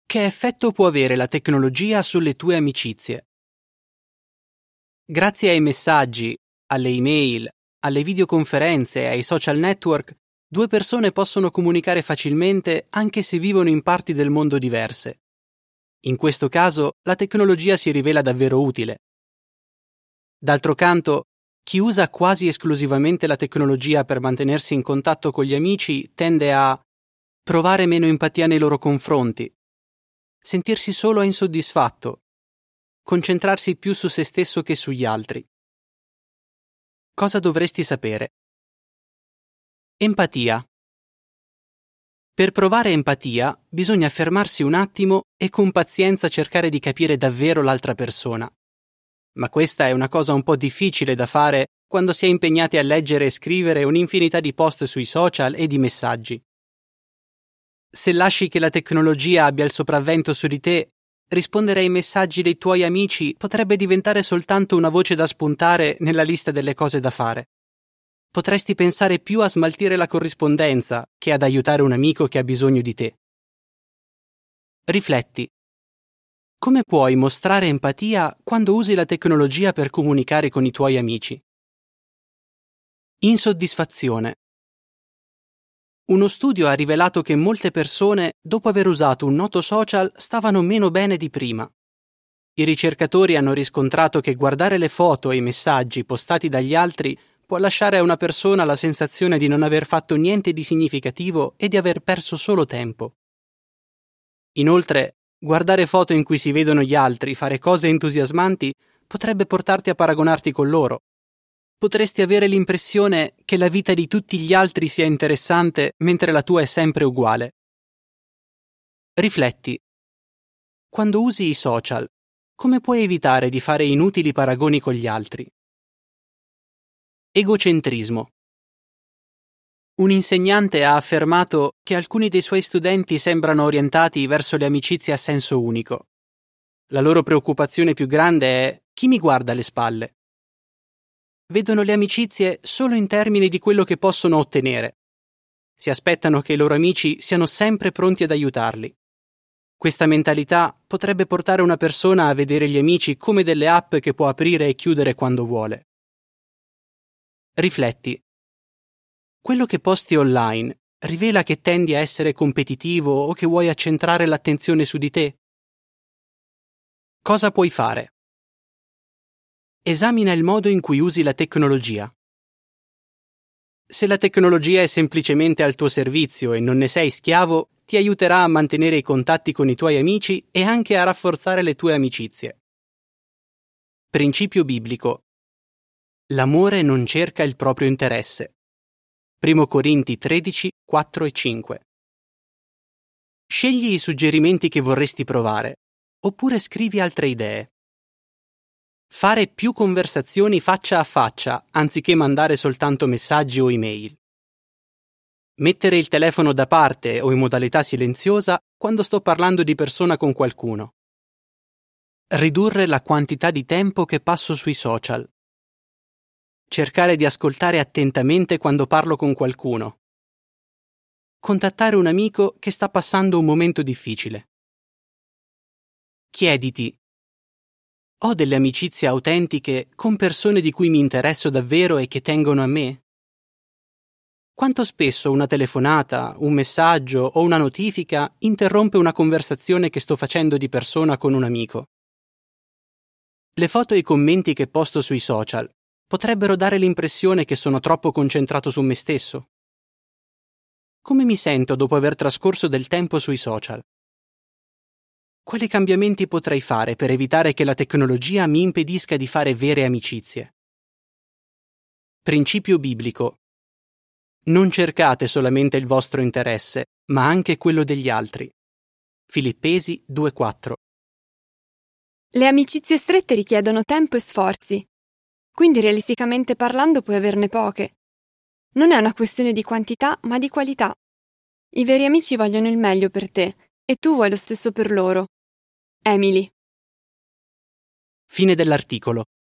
Che effetto può avere la tecnologia sulle tue amicizie? Grazie ai messaggi, alle email, alle videoconferenze e ai social network, due persone possono comunicare facilmente anche se vivono in parti del mondo diverse. In questo caso, la tecnologia si rivela davvero utile. D'altro canto, chi usa quasi esclusivamente la tecnologia per mantenersi in contatto con gli amici tende a provare meno empatia nei loro confronti, sentirsi solo e insoddisfatto, concentrarsi più su se stesso che sugli altri. Cosa dovresti sapere? Empatia. Per provare empatia bisogna fermarsi un attimo e con pazienza cercare di capire davvero l'altra persona. Ma questa è una cosa un po' difficile da fare quando si è impegnati a leggere e scrivere un'infinità di post sui social e di messaggi. Se lasci che la tecnologia abbia il sopravvento su di te, rispondere ai messaggi dei tuoi amici potrebbe diventare soltanto una voce da spuntare nella lista delle cose da fare. Potresti pensare più a smaltire la corrispondenza che ad aiutare un amico che ha bisogno di te. Rifletti. Come puoi mostrare empatia quando usi la tecnologia per comunicare con i tuoi amici? Insoddisfazione. Uno studio ha rivelato che molte persone, dopo aver usato un noto social, stavano meno bene di prima. I ricercatori hanno riscontrato che guardare le foto e i messaggi postati dagli altri può lasciare a una persona la sensazione di non aver fatto niente di significativo e di aver perso solo tempo. Inoltre, guardare foto in cui si vedono gli altri fare cose entusiasmanti potrebbe portarti a paragonarti con loro. Potresti avere l'impressione che la vita di tutti gli altri sia interessante mentre la tua è sempre uguale. Rifletti. Quando usi i social, come puoi evitare di fare inutili paragoni con gli altri? Egocentrismo. Un insegnante ha affermato che alcuni dei suoi studenti sembrano orientati verso le amicizie a senso unico. La loro preoccupazione più grande è: chi mi guarda alle spalle? Vedono le amicizie solo in termini di quello che possono ottenere. Si aspettano che i loro amici siano sempre pronti ad aiutarli. Questa mentalità potrebbe portare una persona a vedere gli amici come delle app che può aprire e chiudere quando vuole. Rifletti. Quello che posti online rivela che tendi a essere competitivo o che vuoi accentrare l'attenzione su di te? Cosa puoi fare? Esamina il modo in cui usi la tecnologia. Se la tecnologia è semplicemente al tuo servizio e non ne sei schiavo, ti aiuterà a mantenere i contatti con i tuoi amici e anche a rafforzare le tue amicizie. Principio biblico. L'amore non cerca il proprio interesse. 1 Corinti 13, 4 e 5. Scegli i suggerimenti che vorresti provare, oppure scrivi altre idee. Fare più conversazioni faccia a faccia, anziché mandare soltanto messaggi o email. Mettere il telefono da parte o in modalità silenziosa quando sto parlando di persona con qualcuno. Ridurre la quantità di tempo che passo sui social. Cercare di ascoltare attentamente quando parlo con qualcuno. Contattare un amico che sta passando un momento difficile. Chiediti: ho delle amicizie autentiche con persone di cui mi interesso davvero e che tengono a me? Quanto spesso una telefonata, un messaggio o una notifica interrompe una conversazione che sto facendo di persona con un amico? Le foto e i commenti che posto sui social potrebbero dare l'impressione che sono troppo concentrato su me stesso. Come mi sento dopo aver trascorso del tempo sui social? Quali cambiamenti potrei fare per evitare che la tecnologia mi impedisca di fare vere amicizie? Principio biblico. Non cercate solamente il vostro interesse, ma anche quello degli altri. Filippesi 2,4. Le amicizie strette richiedono tempo e sforzi, quindi realisticamente parlando puoi averne poche. Non è una questione di quantità, ma di qualità. I veri amici vogliono il meglio per te e tu vuoi lo stesso per loro. Emily. Fine dell'articolo.